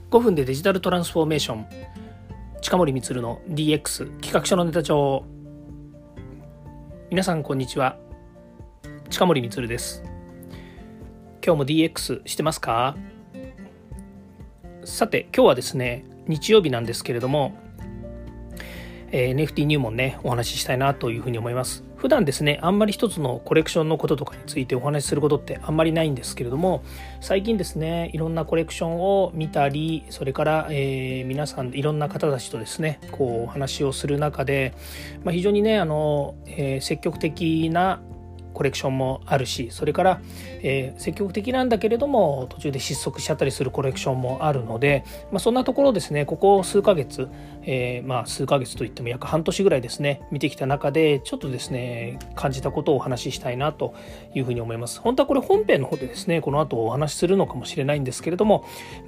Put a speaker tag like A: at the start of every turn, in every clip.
A: 5分でデジタルトランスフォーメーション、近森光の DX 企画書のネタ帳。皆さんこんにちは、近森光です。今日も DX してますか？さて今日はですね、日曜日なんですけれども、NFT 入門ね、お話ししたいなというふうに思います。普段ですね、あんまり一つのコレクションのこととかについてお話しすることってあんまりないんですけれども、最近ですね、いろんなコレクションを見たり、それから、皆さんいろんな方たちとですね、こうお話をする中で、非常にね、積極的なコレクションもあるし、それから、積極的なんだけれども途中で失速しちゃったりするコレクションもあるので、そんなところですね、ここ数ヶ月、数ヶ月といっても約半年ぐらいですね、見てきた中でちょっとですね感じたことをお話ししたいなというふうに思います。本当はこれ本編の方でですね、この後お話しするのかもしれないんですけれども、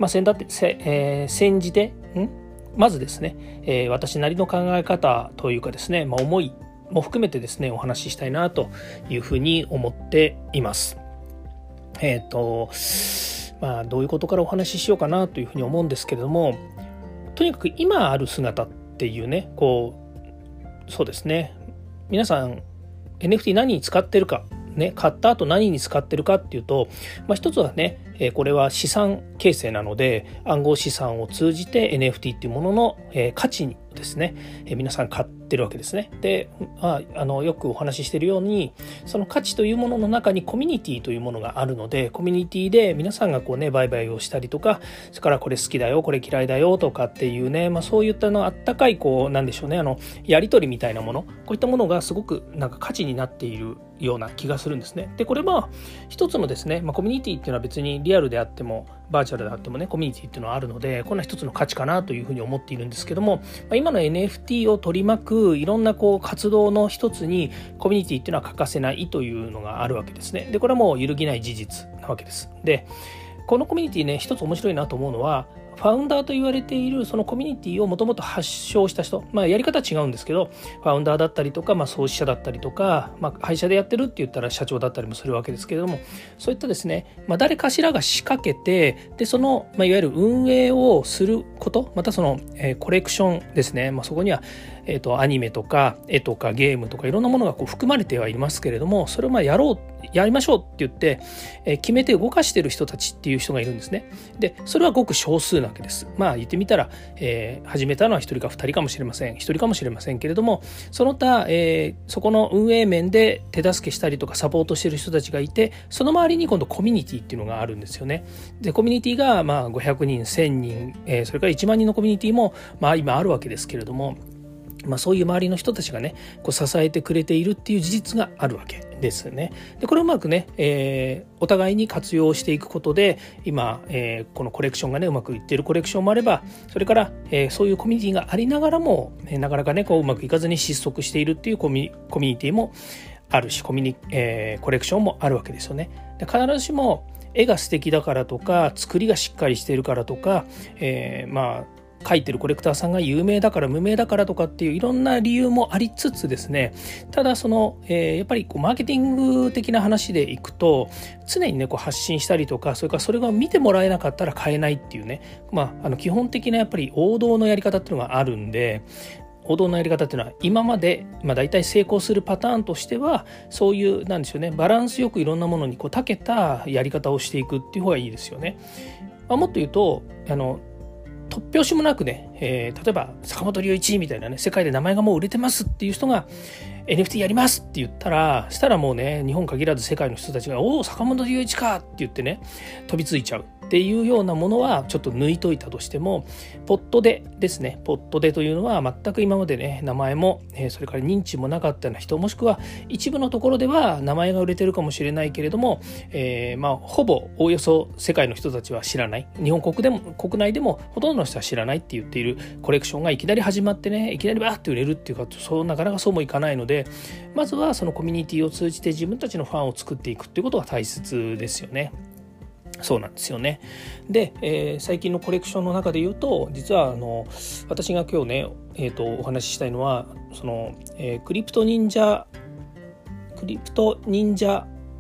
A: 先じてまずですね、私なりの考え方というかですね、思いも含めてですね、お話ししたいなというふうに思っています。どういうことからお話ししようかなというふうに思うんですけれども、とにかく今ある姿っていうね、そうですね、皆さん NFT 何に使ってるかね、買った後何に使ってるかっていうと、一つはね、これは資産形成なので、暗号資産を通じて NFT っていうものの、価値にですね、皆さん買ってるわけですね。で、よくお話ししているように、その価値というものの中にコミュニティというものがあるので、コミュニティで皆さんが売買をしたりとか、それからこれ好きだよ、これ嫌いだよとかっていうね、そういったあったかいなんでしょうね、やり取りみたいなもの、こういったものがすごく価値になっているような気がするんですね。でこれは一つのですね、コミュニティっていうのは別にリアルであってもバーチャルであってもね、コミュニティっていうのはあるので、こんな一つの価値かなというふうに思っているんですけども、今の NFT を取り巻くいろんな活動の一つにコミュニティっていうのは欠かせないというのがあるわけですね。でこれはもう揺るぎない事実なわけです。でこのコミュニティね、一つ面白いなと思うのは、ファウンダーと言われているそのコミュニティをもともと発祥した人、やり方は違うんですけど、ファウンダーだったりとか、創始者だったりとか、会社でやってるって言ったら社長だったりもするわけですけれども、そういったですね、誰かしらが仕掛けて、でその、いわゆる運営をすること、またその、コレクションですね、そこにはアニメとか絵とかゲームとかいろんなものが含まれてはいますけれども、それをやりましょうって言って、決めて動かしている人たちっていう人がいるんですね。でそれはごく少数なわけです。言ってみたら、始めたのは1人か2人かもしれません、1人かもしれませんけれども、その他、そこの運営面で手助けしたりとかサポートしている人たちがいて、その周りに今度コミュニティっていうのがあるんですよね。でコミュニティが500人1000人、それから1万人のコミュニティも今あるわけですけれども、そういう周りの人たちがね支えてくれているっていう事実があるわけですね。でこれをうまくね、お互いに活用していくことで今、このコレクションがねうまくいっているコレクションもあれば、それから、そういうコミュニティがありながらも、なかなかねうまくいかずに失速しているっていうコミュニティもあるし、コレクションもあるわけですよね。で必ずしも絵が素敵だからとか、作りがしっかりしているからとか、書いてるコレクターさんが有名だから無名だからとかっていういろんな理由もありつつですね、ただやっぱりマーケティング的な話でいくと、常にね発信したりとか、それからそれが見てもらえなかったら買えないっていうね、基本的なやっぱり王道のやり方っていうのがあるんで、王道のやり方っていうのは今まで、大体成功するパターンとしては、そういうなんでしょうね、バランスよくいろんなものに長けたやり方をしていくっていう方がいいですよね。もっと言うと突拍子もなくね、例えば坂本龍一みたいなね、世界で名前がもう売れてますっていう人が NFT やりますって言ったらもうね、日本限らず世界の人たちがおお坂本龍一かって言ってね飛びついちゃうっていうようなものはちょっと抜いといたとしても、ポットでですね、ポットでというのは全く今までね名前も、それから認知もなかったような人、もしくは一部のところでは名前が売れてるかもしれないけれども、ほぼおおよそ世界の人たちは知らない、日本国内でもほとんどの人は知らないって言っているコレクションがいきなり始まってね、いきなりバーって売れるっていうか、なかなかそうもいかないので、まずはそのコミュニティを通じて自分たちのファンを作っていくっていうことが大切ですよね。そうなんですよね。で、最近のコレクションの中で言うと、実は私が今日ね、お話ししたいのはクリプト忍者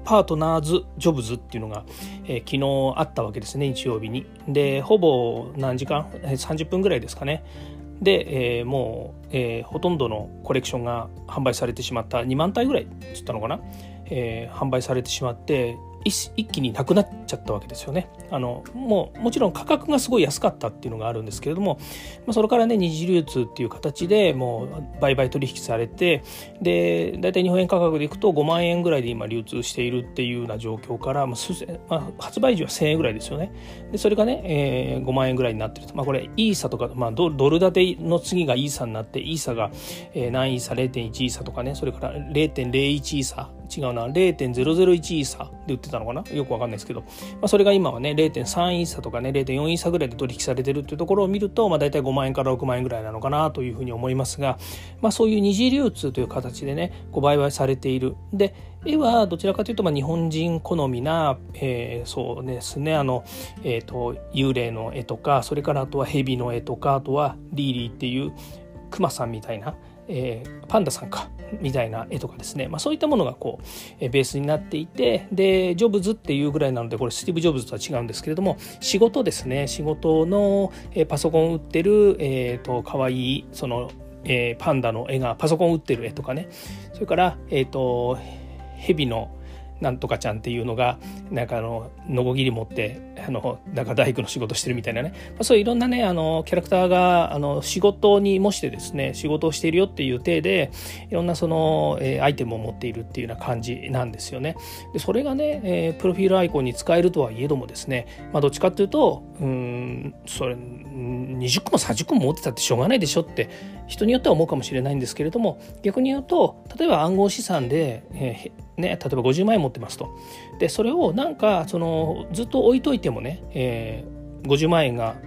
A: パートナーズジョブズっていうのが、昨日あったわけですね、日曜日に。でほぼ何時間30分ぐらいですかね。で、もう、ほとんどのコレクションが販売されてしまった。2万体ぐらいつったのかな、販売されてしまって一気になくなっちゃったわけですよね。もちろん価格がすごい安かったっていうのがあるんですけれども、それからね二次流通っていう形でもう売買取引されて、でだいたい日本円価格でいくと5万円ぐらいで今流通しているっていうような状況から、発売時は1000円ぐらいですよね。でそれがね、5万円ぐらいになってると、これイーサとか、ドル建ての次がイーサになって、イーサが、何イーサ 0.1 イーサとかね、それから 0.01 イーサ、違うな 0.001 イーサで売ってたのかな、よくわかんないですけど、それが今はね 0.3 イーサとかね 0.4 イーサぐらいで取引されてるっていうところを見ると、だいたい5万円から6万円ぐらいなのかなというふうに思いますが、そういう二次流通という形でね売買されている。で絵はどちらかというと日本人好みな、そうですね、幽霊の絵とか、それからあとは蛇の絵とか、あとはリーリーっていうクマさんみたいな、パンダさんかみたいな絵とかですね、そういったものがベースになっていて、でジョブズっていうぐらいなので、これスティーブ・ジョブズとは違うんですけれども、仕事ですね、仕事の、パソコンを売ってる、かわいいその、パンダの絵がパソコンを売ってる絵とかね、それから蛇のなんとかちゃんっていうのがなんかのこぎり持ってなんか大工の仕事してるみたいなね、そういういろんなねキャラクターが仕事に模してですね仕事をしているよっていう体でいろんなその、アイテムを持っているっていうような感じなんですよね。でそれがね、プロフィールアイコンに使えるとはいえどもですね、どっちかっていうとそれ20個も30個も持ってたってしょうがないでしょって人によっては思うかもしれないんですけれども、逆に言うと例えば暗号資産で、例えば50万円持ってますと。でそれをなんかずっと置いといてもね、50万円が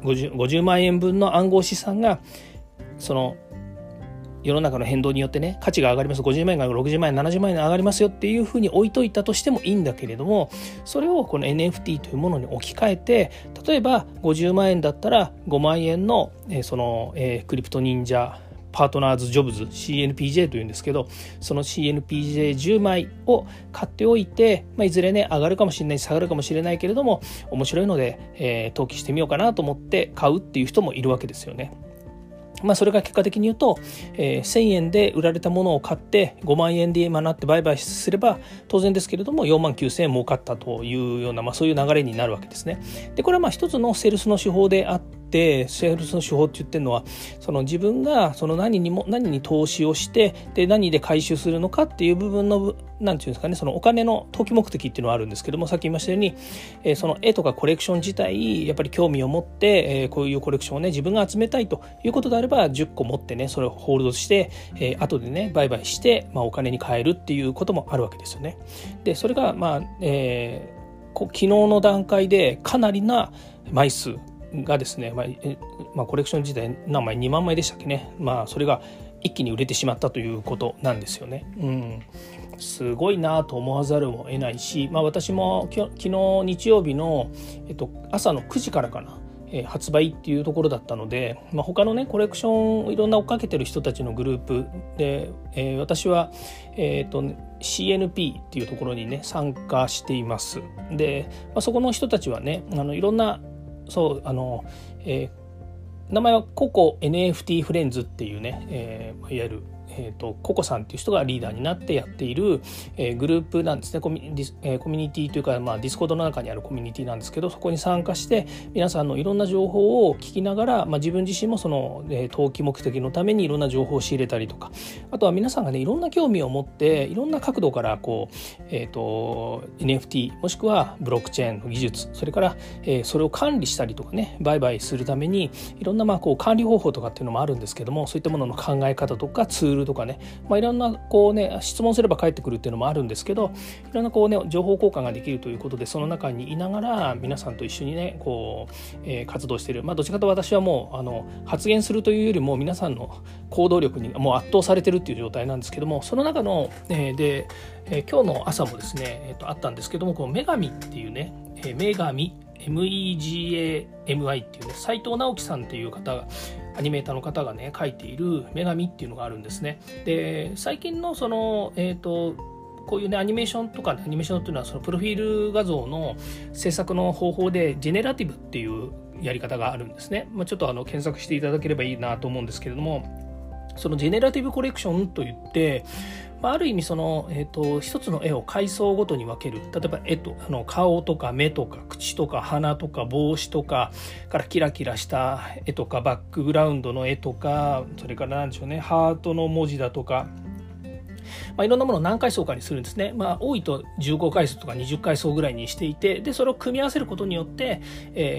A: 50万円分の暗号資産がその世の中の変動によってね価値が上がります、50万円が60万円70万円上がりますよっていうふうに置いといたとしてもいいんだけれども、それをこの NFT というものに置き換えて、例えば50万円だったら5万円のクリプト忍者パートナーズジョブズ CNPJ というんですけど、その CNPJ10 枚を買っておいて、いずれね上がるかもしれない下がるかもしれないけれども面白いので、投機してみようかなと思って買うっていう人もいるわけですよね。それが結果的に言うと、1000円で売られたものを買って5万円で今なって売買すれば当然ですけれども4万9000円儲かったというような、そういう流れになるわけですね。でこれは一つのセールスの手法であって、セールスの手法って言ってるのはその自分がその何に投資をしてで何で回収するのかっていう部分のなんていうんですかね、そのお金の投機目的っていうのはあるんですけども、さっき言いましたように、その絵とかコレクション自体やっぱり興味を持って、こういうコレクションをね自分が集めたいということであれば10個持ってねそれをホールドして、後でね売買して、お金に換えるっていうこともあるわけですよね。でそれが昨日の段階でかなりな枚数がですね、コレクション自体何枚2万枚でしたっけね、それが一気に売れてしまったということなんですよね。すごいなと思わざるを得ないし、私も昨日日曜日の、朝の9時からかな、発売っていうところだったので、他のねコレクションいろんな追っかけてる人たちのグループで、私は、CNP っていうところにね参加しています。で、そこの人たちはねいろんな名前はココ NFT フレンズっていうね、いわゆるココさんっていう人がリーダーになってやっている、グループなんですね。コミュニティというか、ディスコードの中にあるコミュニティなんですけど、そこに参加して皆さんのいろんな情報を聞きながら、自分自身もその、投機目的のためにいろんな情報を仕入れたりとか、あとは皆さんがねいろんな興味を持っていろんな角度からNFT もしくはブロックチェーンの技術、それから、それを管理したりとかね売買するためにいろんな管理方法とかっていうのもあるんですけども、そういったものの考え方とかツールとかね、いろんな質問すれば返ってくるっていうのもあるんですけど、いろんな情報交換ができるということで、その中にいながら皆さんと一緒にね活動している。どっちかと私はもう発言するというよりも皆さんの行動力にもう圧倒されてるっていう状態なんですけども、その中の、で、今日の朝もですね、あったんですけども、この女神っていうね、女神MEGAMI っていうね斉藤直樹さんっていう方がアニメーターの方がね書いている女神っていうのがあるんですね。で最近のそのこういうねアニメーションとかね、アニメーションっていうのはそのプロフィール画像の制作の方法でジェネラティブっていうやり方があるんですね。ちょっと検索していただければいいなと思うんですけれども、そのジェネラティブコレクションといって、ある意味その、一つの絵を階層ごとに分ける。例えば顔とか目とか口とか鼻とか帽子とかからキラキラした絵とかバックグラウンドの絵とか、それから何でしょうね、ハートの文字だとか、いろんなものを何階層かにするんですね。多いと15階層とか20階層ぐらいにしていて、でそれを組み合わせることによって、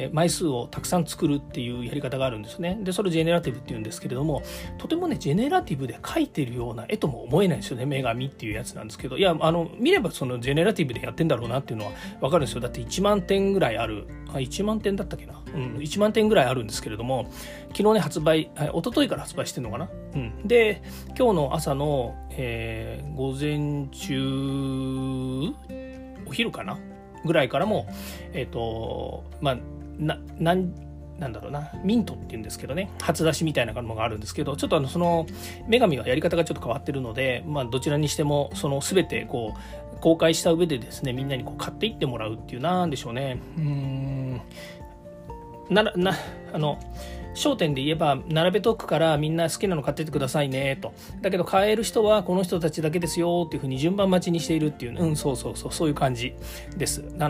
A: 枚数をたくさん作るっていうやり方があるんですね。でそれをジェネラティブっていうんですけれども、とてもねジェネラティブで描いてるような絵とも思えないんですよね。女神っていうやつなんですけど、いや見ればそのジェネラティブでやってんだろうなっていうのは分かるんですよ。だって1万点ぐらいある、1万点だったっけな、1万点ぐらいあるんですけれども、昨日ね発売、一昨日から発売してるのかな、で今日の朝の、午前中お昼かなぐらいからもなんだろうな、ミントっていうんですけどね、初出しみたいなのがあるんですけど、ちょっとその女神はやり方がちょっと変わってるので、どちらにしてもその全てこう公開した上でですね、みんなにこう買っていってもらうっていう、なんでしょうね、商店で言えば並べとくからみんな好きなの買ってってくださいねと、だけど買える人はこの人たちだけですよっていうふうに順番待ちにしているっていう、そういう感じです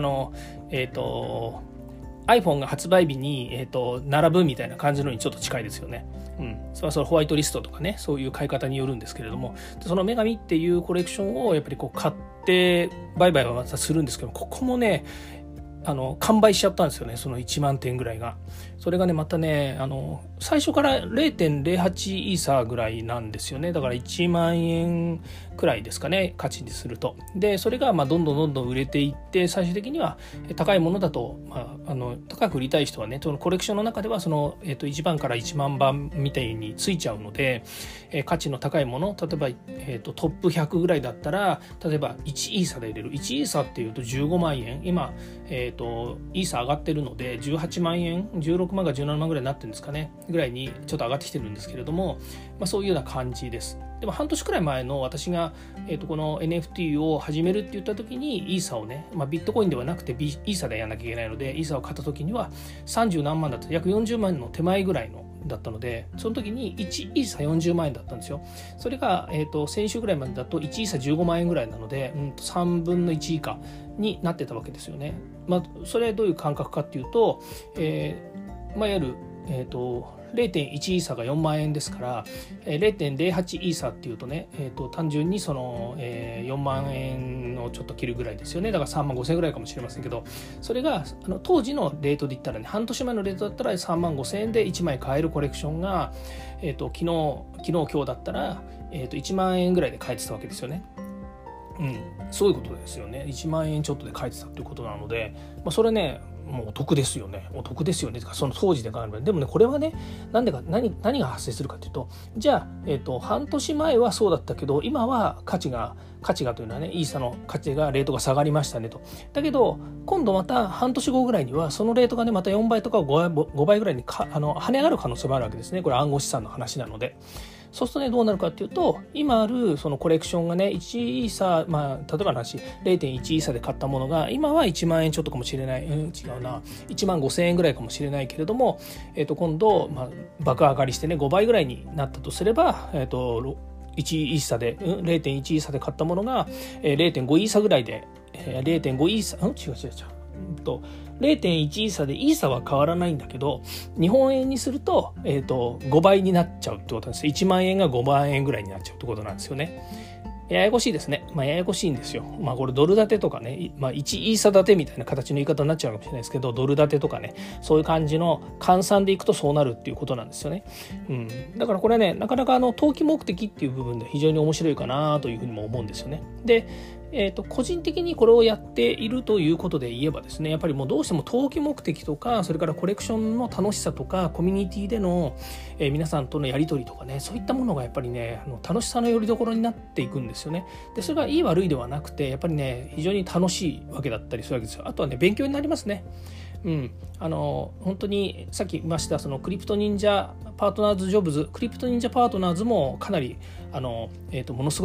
A: 。iPhone が発売日に、並ぶみたいな感じのにちょっと近いですよね。それはホワイトリストとかね、そういう買い方によるんですけれども、その女神っていうコレクションをやっぱりこう買って売買はまたするんですけど、ここもね完売しちゃったんですよね、その1万点ぐらいが。それがねまたね最初から 0.08 イーサーぐらいなんですよね。だから1万円くらいですかね、価値にすると。でそれがどんどん売れていって、最終的には高いものだと、高く売りたい人はね、そのコレクションの中ではその、1番から1万番みたいについちゃうので、価値の高いもの、例えば、トップ100ぐらいだったら、例えば1イーサで入れる。1イーサっていうと15万円、今、イーサ上がってるので18万円、16万か17万ぐらいになってるんですかね、ぐらいにちょっと上がってきてるんですけれども、そういうような感じです。でも半年くらい前の私が、この NFT を始めるって言った時にイーサをね、ビットコインではなくてイーサでやらなきゃいけないので、イーサを買った時には30何万だった約40万の手前ぐらいのだったので、その時に1イーサ40万円だったんですよ。それが、先週ぐらいまでだと1イーサ15万円ぐらいなので、3分の1以下になってたわけですよね。それはどういう感覚かっていうと、いわゆる、0.1 イーサが4万円ですから、0.08 イーサっていうとね、単純にその、4万円をちょっと切るぐらいですよね。だから3万5千円ぐらいかもしれませんけど、それが当時のレートで言ったらね、半年前のレートだったら3万5千円で1枚買えるコレクションが、昨日今日だったら、1万円ぐらいで買えてたわけですよね。そういうことですよね。1万円ちょっとで買えてたっていうことなので、それねもうお得ですよね。お得ですよね。その当時で考えれば。でもね、これはね、何が発生するかというと、じゃあ、半年前はそうだったけど、今は価値がというのはね、イーサの価値がレートが下がりましたねと。だけど、今度また半年後ぐらいには、そのレートがね、また4倍とか5倍ぐらいに跳ね上がる可能性もあるわけですね。これ暗号資産の話なので。そうするとね、どうなるかっていうと、今あるそのコレクションがね、1イーサ、例えばの話、0.1 イーサで買ったものが、今は1万円ちょっとかもしれない、違うな、1万5千円ぐらいかもしれないけれども、今度、爆上がりしてね、5倍ぐらいになったとすれば、1イーサで、0.1 イーサで買ったものが、0.5 イーサぐらいで、0.5 イーサ、0.1 イーサでイーサは変わらないんだけど、日本円にすると、5倍になっちゃうってことなんです。1万円が5万円ぐらいになっちゃうってことなんですよね。ややこしいですね。ややこしいんですよ。これドル建てとかね、1イーサ建てみたいな形の言い方になっちゃうかもしれないですけど、ドル建てとかね、そういう感じの換算でいくとそうなるっていうことなんですよね。だからこれね、なかなか投機目的っていう部分で非常に面白いかなというふうにも思うんですよね。で、個人的にこれをやっているということで言えばですね、やっぱりもうどうしても投機目的とか、それからコレクションの楽しさとか、コミュニティでの、皆さんとのやり取りとかね、そういったものがやっぱりね、楽しさのよりどころになっていくんですよね。でそれがいい悪いではなくて、やっぱりね、非常に楽しいわけだったりするわけですよ。あとはね、勉強になりますね。本当にさっき言いましたそのクリプト忍者パートナーズジョブズ、クリプト忍者パートナーズもかなりものすごい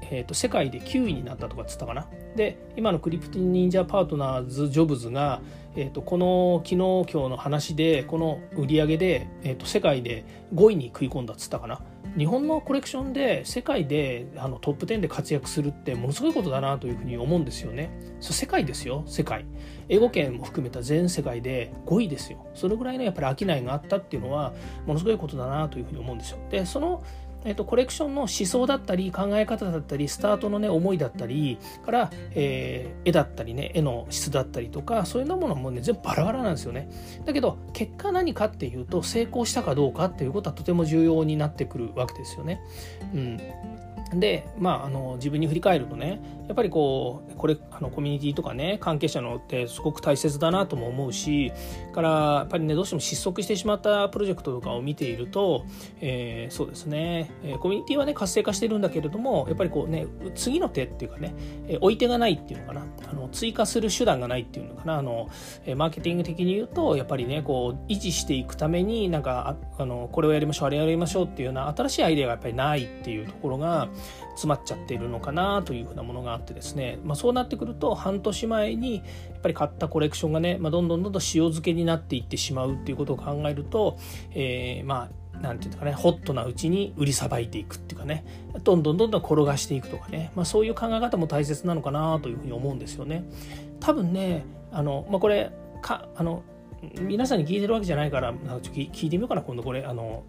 A: 世界で9位になったとかっつったかな。で今のクリプト忍者パートナーズジョブズが、この昨日今日の話でこの売り上げで、世界で5位に食い込んだっつったかな。日本のコレクションで世界でトップ10で活躍するってものすごいことだなというふうに思うんですよね。世界ですよ、世界。英語圏も含めた全世界で5位ですよ。それぐらいのやっぱり商いがあったっていうのはものすごいことだなというふうに思うんですよ。でそのコレクションの思想だったり考え方だったりスタートのね思いだったりから、絵だったりね絵の質だったりとかそういうようなものもね全部バラバラなんですよね。だけど結果何かっていうと成功したかどうかっていうことはとても重要になってくるわけですよね。で自分に振り返るとねやっぱりこれコミュニティとかね関係者のってすごく大切だなとも思うしからやっぱりねどうしても失速してしまったプロジェクトとかを見ていると、そうですね、コミュニティはね活性化してるんだけれどもやっぱり次の手っていうかね、追い手がないっていうのかな追加する手段がないっていうのかなマーケティング的に言うとやっぱりね維持していくためになんかこれをやりましょうあれやりましょうっていうような新しいアイデアがやっぱりないっていうところが詰まっちゃっているのかなというふうなものがあってですね、そうなってくると半年前にやっぱり買ったコレクションがね、どんどん塩漬けになっていってしまうっていうことを考えると、なんていうかねホットなうちに売りさばいていくっていうかねどんどん転がしていくとかね、そういう考え方も大切なのかなというふうに思うんですよね。多分ねこれ皆さんに聞いてるわけじゃないから聞いてみようかな今度これ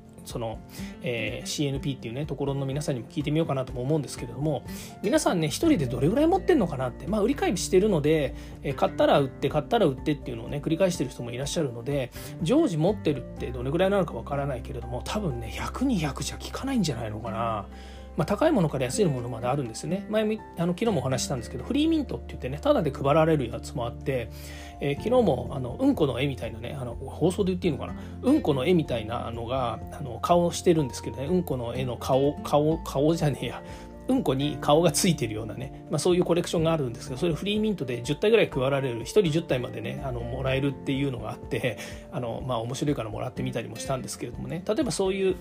A: CNP っていうねところの皆さんにも聞いてみようかなとも思うんですけれども皆さんね一人でどれぐらい持ってんのかなって売り買いしてるので買ったら売ってっていうのをね繰り返してる人もいらっしゃるので常時持ってるってどれぐらいなのかわからないけれども多分ね100、200じゃ効かないんじゃないのかな。高いものから安いものまであるんですね。昨日もお話ししたんですけどフリーミントって言ってねタダで配られるやつもあって、昨日もうんこの絵みたいなね放送で言っていいのかなうんこの絵みたいなのが顔してるんですけどねうんこの絵の顔じゃねえやうんこに顔がついてるようなね、そういうコレクションがあるんですけどそれフリーミントで10体ぐらい配られる1人10体までねもらえるっていうのがあって面白いからもらってみたりもしたんですけれどもね例えばそういう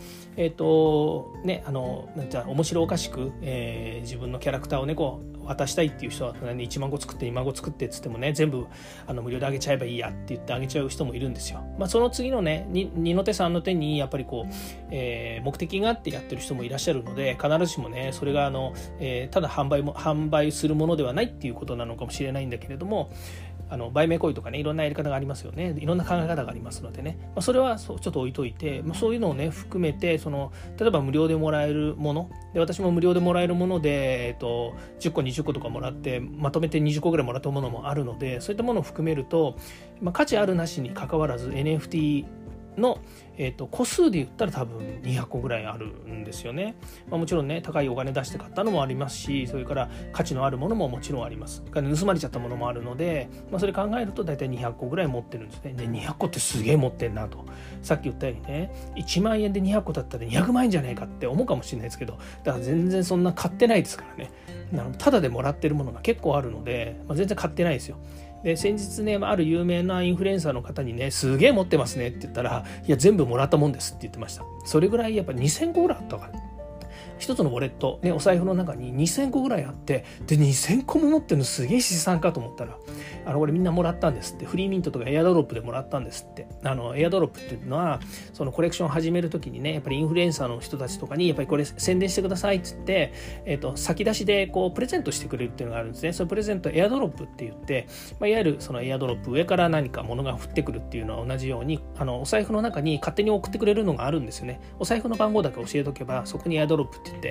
A: 面白おかしく、自分のキャラクターをね渡したいっていう人は、1万個作って2万個作ってっつってもね全部無料であげちゃえばいいやって言ってあげちゃう人もいるんですよ。その次のね2の手3の手にやっぱり目的があってやってる人もいらっしゃるので必ずしもねそれがただ販売するものではないっていうことなのかもしれないんだけれども売名行為とかねいろんなやり方がありますよね。いろんな考え方がありますのでね、それはちょっと置いといて、そういうのをね含めて例えば無料でもらえるもので私も無料でもらえるもので、10個20個とかもらってまとめて20個ぐらいもらったものもあるのでそういったものを含めると、価値あるなしに関わらず NFTの、個数で言ったら多分200個ぐらいあるんですよね。もちろんね高いお金出して買ったのもありますしそれから価値のあるものももちろんあります。盗まれちゃったものもあるので、それ考えると大体200個ぐらい持ってるんですね。で200個ってすげえ持ってんなとさっき言ったようにね1万円で200個だったら200万円じゃないかって思うかもしれないですけどだから全然そんな買ってないですからね。ただでもらってるものが結構あるので、全然買ってないですよ。で先日ねある有名なインフルエンサーの方にねすげえ持ってますねって言ったらいや全部もらったもんですって言ってました。それぐらいやっぱ2000個ぐらいあったから一つのウォレット、お財布の中に2000個ぐらいあってで2000個も持ってるのすげえ資産かと思ったらこれみんなもらったんですってフリーミントとかエアドロップでもらったんですってエアドロップっていうのはそのコレクションを始めるときにねやっぱりインフルエンサーの人たちとかにやっぱりこれ宣伝してくださいっつって、先出しでプレゼントしてくれるっていうのがあるんですね。そのプレゼントエアドロップって言って、いわゆるそのエアドロップ上から何か物が降ってくるっていうのは同じようにお財布の中に勝手に送ってくれるのがあるんですよね。お財布の番号だけ教えとけばそこにエアドロップって言って、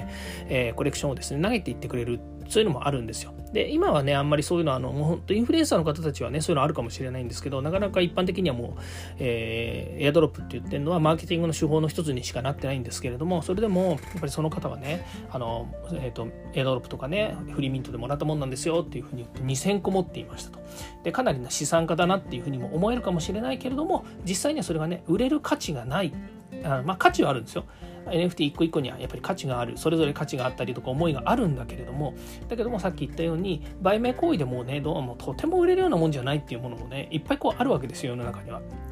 A: コレクションをですね投げていってくれるそういうのもあるんですよ。で今はねあんまりそういうのはもう本当インフルエンサーの方たちはねそういうのあるかもしれないんですけどなかなか一般的にはもう、エアドロップって言ってるのはマーケティングの手法の一つにしかなってないんですけれどもそれでもやっぱりその方はねエアドロップとかねフリーミントでもらったもんなんですよっていうふうに言って2000個持っていましたと。でかなりな資産家だなっていうふうにも思えるかもしれないけれども実際にはそれがね売れる価値がない価値はあるんですよ。NFT 一個一個にはやっぱり価値があるそれぞれ価値があったりとか思いがあるんだけれどもさっき言ったように売名行為でもうねどうもとても売れるようなもんじゃないっていうものもねいっぱいあるわけですよ世の中には。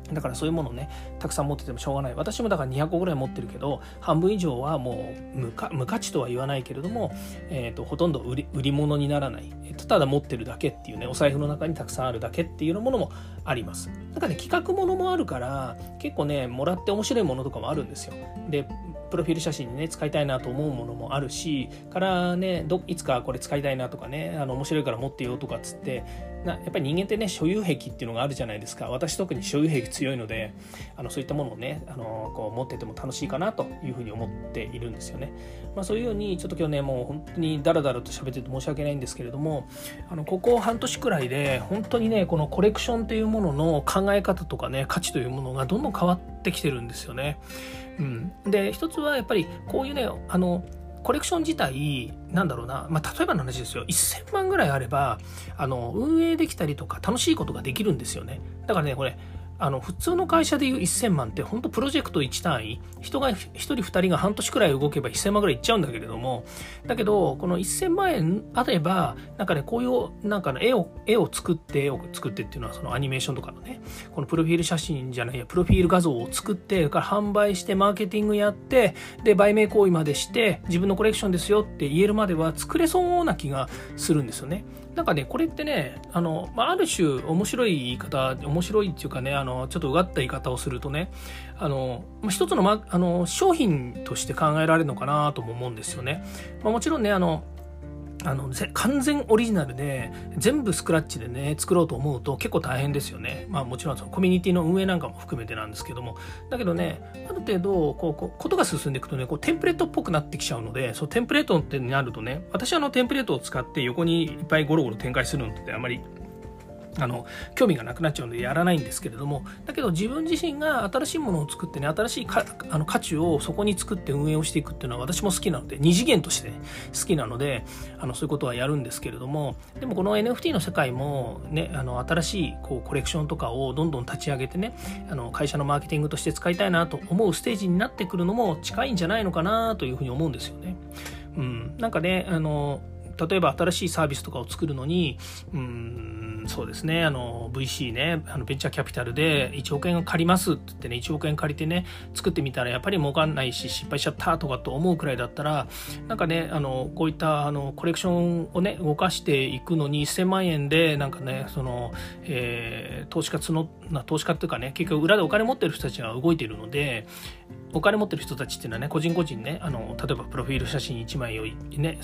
A: だからそういうものをねたくさん持っててもしょうがない。私もだから200個ぐらい持ってるけど、半分以上はもう無価値とは言わないけれども、ほとんど売り物にならない、ただ持ってるだけっていうね、お財布の中にたくさんあるだけっていうようなものもあります。なんかね企画ものもあるから結構ねもらって面白いものとかもあるんですよ。でプロフィール写真にね使いたいなと思うものもあるし、からねいつかこれ使いたいなとかね、面白いから持ってよとかっつってやっぱり人間ってね所有癖っていうのがあるじゃないですか。私特に所有癖強いので、そういったものをねこう持ってても楽しいかなというふうに思っているんですよね。そういうようにちょっと今日ねもう本当にダラダラと喋ってて申し訳ないんですけれども、ここ半年くらいで本当にねこのコレクションというものの考え方とかね価値というものがどんどん変わってきてるんですよね。で一つはやっぱりこういうねコレクション自体なんだろうな、例えばの話ですよ、1000万ぐらいあれば運営できたりとか楽しいことができるんですよね。だからねこれ普通の会社でいう1000万って本当プロジェクト1単位、人が1人2人が半年くらい動けば1000万ぐらいいっちゃうんだけれども、だけどこの1000万円あればなんかねこういうなんか絵を作ってっていうのはそのアニメーションとかのねこのプロフィール写真じゃないやプロフィール画像を作ってから販売してマーケティングやってで売名行為までして自分のコレクションですよって言えるまでは作れそうな気がするんですよね。なんかねこれってねある種面白い言い方、面白いっていうかねちょっとうがった言い方をするとね一つの、商品として考えられるのかなとも思うんですよね。もちろんね完全オリジナルで全部スクラッチでね作ろうと思うと結構大変ですよね。もちろんそのコミュニティの運営なんかも含めてなんですけども、だけどねある程度ことが進んでいくとねテンプレートっぽくなってきちゃうので、そうテンプレートってなるとね、私はテンプレートを使って横にいっぱいゴロゴロ展開するのってあまり興味がなくなっちゃうのでやらないんですけれども、だけど自分自身が新しいものを作ってね新しい価値をそこに作って運営をしていくっていうのは私も好きなので、二次元として、ね、好きなのでそういうことはやるんですけれども、でもこの NFT の世界もね新しいコレクションとかをどんどん立ち上げてね会社のマーケティングとして使いたいなと思うステージになってくるのも近いんじゃないのかなというふうに思うんですよね。なんかね例えば新しいサービスとかを作るのにそうですねVC ねベンチャーキャピタルで1億円借りますって言ってね1億円借りてね作ってみたらやっぱり儲かんないし失敗しちゃったとかと思うくらいだったらなんかねこういったコレクションをね動かしていくのに1000万円でなんかね投資家っていうかね結局裏でお金持ってる人たちが動いているので、お金持ってる人たちっていうのはね個人個人ね例えばプロフィール写真1枚をね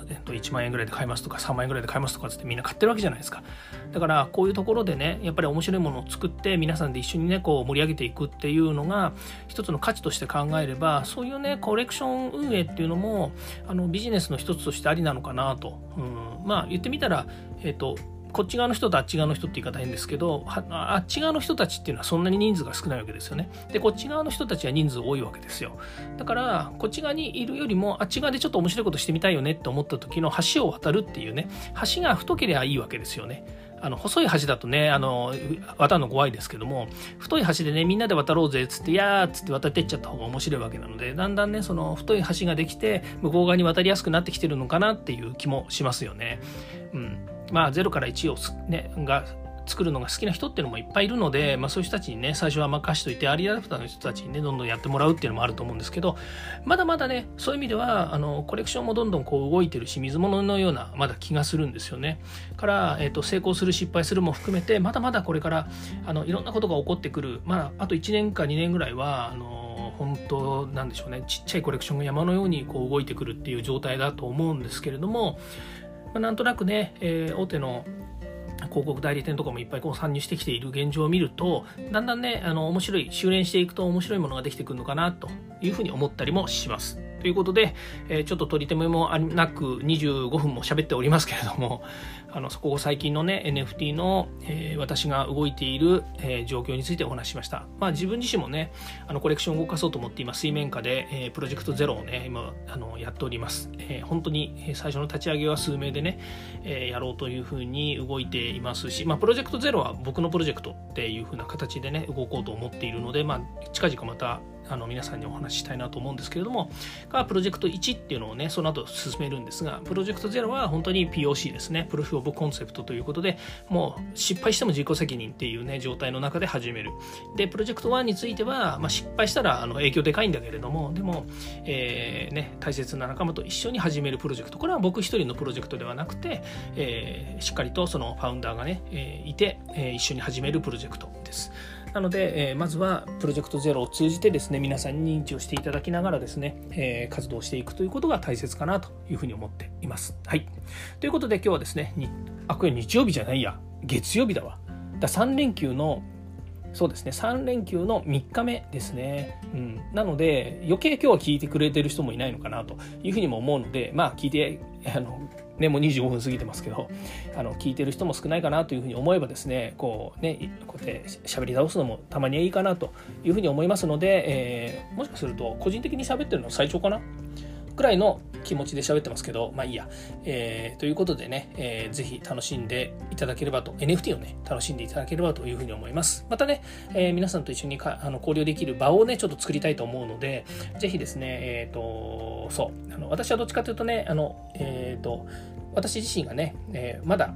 A: 1万円ぐらいで買いますとか3万円ぐらいで買いますとかってみんな買ってるわけじゃないですか。だからこういうところでねやっぱり面白いものを作って皆さんで一緒にね盛り上げていくっていうのが一つの価値として考えれば、そういうねコレクション運営っていうのもビジネスの一つとしてありなのかなと。言ってみたらこっち側の人とあっち側の人って言い方変ですけど、あっち側の人たちっていうのはそんなに人数が少ないわけですよね。でこっち側の人たちは人数多いわけですよ。だからこっち側にいるよりもあっち側でちょっと面白いことしてみたいよねって思った時の橋を渡るっていうね、橋が太ければいいわけですよね。細い橋だとね渡るの怖いですけども、太い橋でねみんなで渡ろうぜっつってやーっつって渡ってっちゃった方が面白いわけなので、だんだんねその太い橋ができて向こう側に渡りやすくなってきてるのかなっていう気もしますよね。0から1をねが作るのが好きな人っていうのもいっぱいいるので、そういう人たちにね最初は任しといてアーリーアダプターの人たちにねどんどんやってもらうっていうのもあると思うんですけど、まだまだねそういう意味ではコレクションもどんどん動いてるし水物のようなまだ気がするんですよね。から、成功する失敗するも含めてまだまだこれからいろんなことが起こってくる。あと1年か2年ぐらいは本当なんでしょうね、ちっちゃいコレクションが山のように動いてくるっていう状態だと思うんですけれども、なんとなくね、大手の広告代理店とかもいっぱい参入してきている現状を見ると、だんだんね面白い修練していくと面白いものができてくるのかなというふうに思ったりもします。ということで、ちょっと取り留めもなく25分も喋っておりますけれども、ここ最近のね NFT の、私が動いている、状況についてお話ししました。自分自身もねコレクションを動かそうと思って今水面下で、プロジェクトゼロをね今やっております。本当に最初の立ち上げは数名でね、やろうというふうに動いていますし、プロジェクトゼロは僕のプロジェクトっていうふうな形でね動こうと思っているので、近々また皆さんにお話ししたいなと思うんですけれども、プロジェクト1っていうのをねその後進めるんですが、プロジェクト0は本当に POC ですね、プルーフオブコンセプトということで、もう失敗しても自己責任っていうね状態の中で始める。でプロジェクト1については、失敗したら影響でかいんだけれども、でも、大切な仲間と一緒に始めるプロジェクト、これは僕一人のプロジェクトではなくて、しっかりとそのファウンダーがね、いて、一緒に始めるプロジェクトです。なので、まずはプロジェクト0を通じてですね、皆さんに認知をしていただきながらですね、活動していくということが大切かなというふうに思っています。はい。ということで今日はですね、これ日曜日じゃないや、月曜日だわ。3連休のそうですね、3連休の3日目ですね。なので余計今日は聞いてくれてる人もいないのかなというふうにも思うので、聞いてもう25分過ぎてますけど、聞いてる人も少ないかなというふうに思えばですね、こうやって喋り倒すのもたまにはいいかなというふうに思いますので、もしかすると個人的に喋ってるの最長かなくらいの気持ちで喋ってますけど、いいや、ということでね、ぜひ楽しんでいただければと、 NFT をね楽しんでいただければというふうに思います。またね、皆さんと一緒に交流できる場をねちょっと作りたいと思うので、ぜひですね、私はどっちかというとね、私自身がね、まだ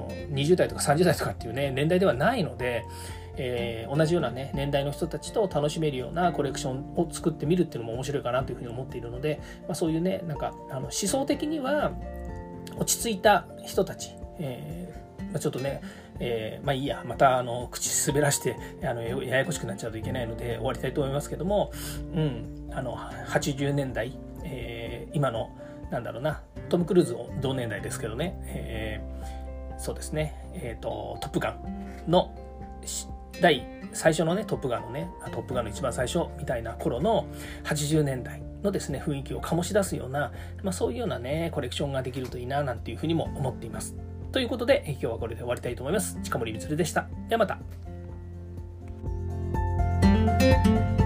A: 20代とか30代とかっていうね年代ではないので、同じようなね年代の人たちと楽しめるようなコレクションを作ってみるっていうのも面白いかなというふうに思っているので、そういうね思想的には落ち着いた人たち、ちょっとね、いいや、また口滑らしてややこしくなっちゃうといけないので終わりたいと思いますけども、80年代、今のトム・クルーズも同年代ですけどね、そうですね、トップガンの最初のねトップガンの一番最初みたいな頃の80年代のですね雰囲気を醸し出すような、そういうようなねコレクションができるといいななんていうふうにも思っています。ということで今日はこれで終わりたいと思います。近森光でした。ではまた。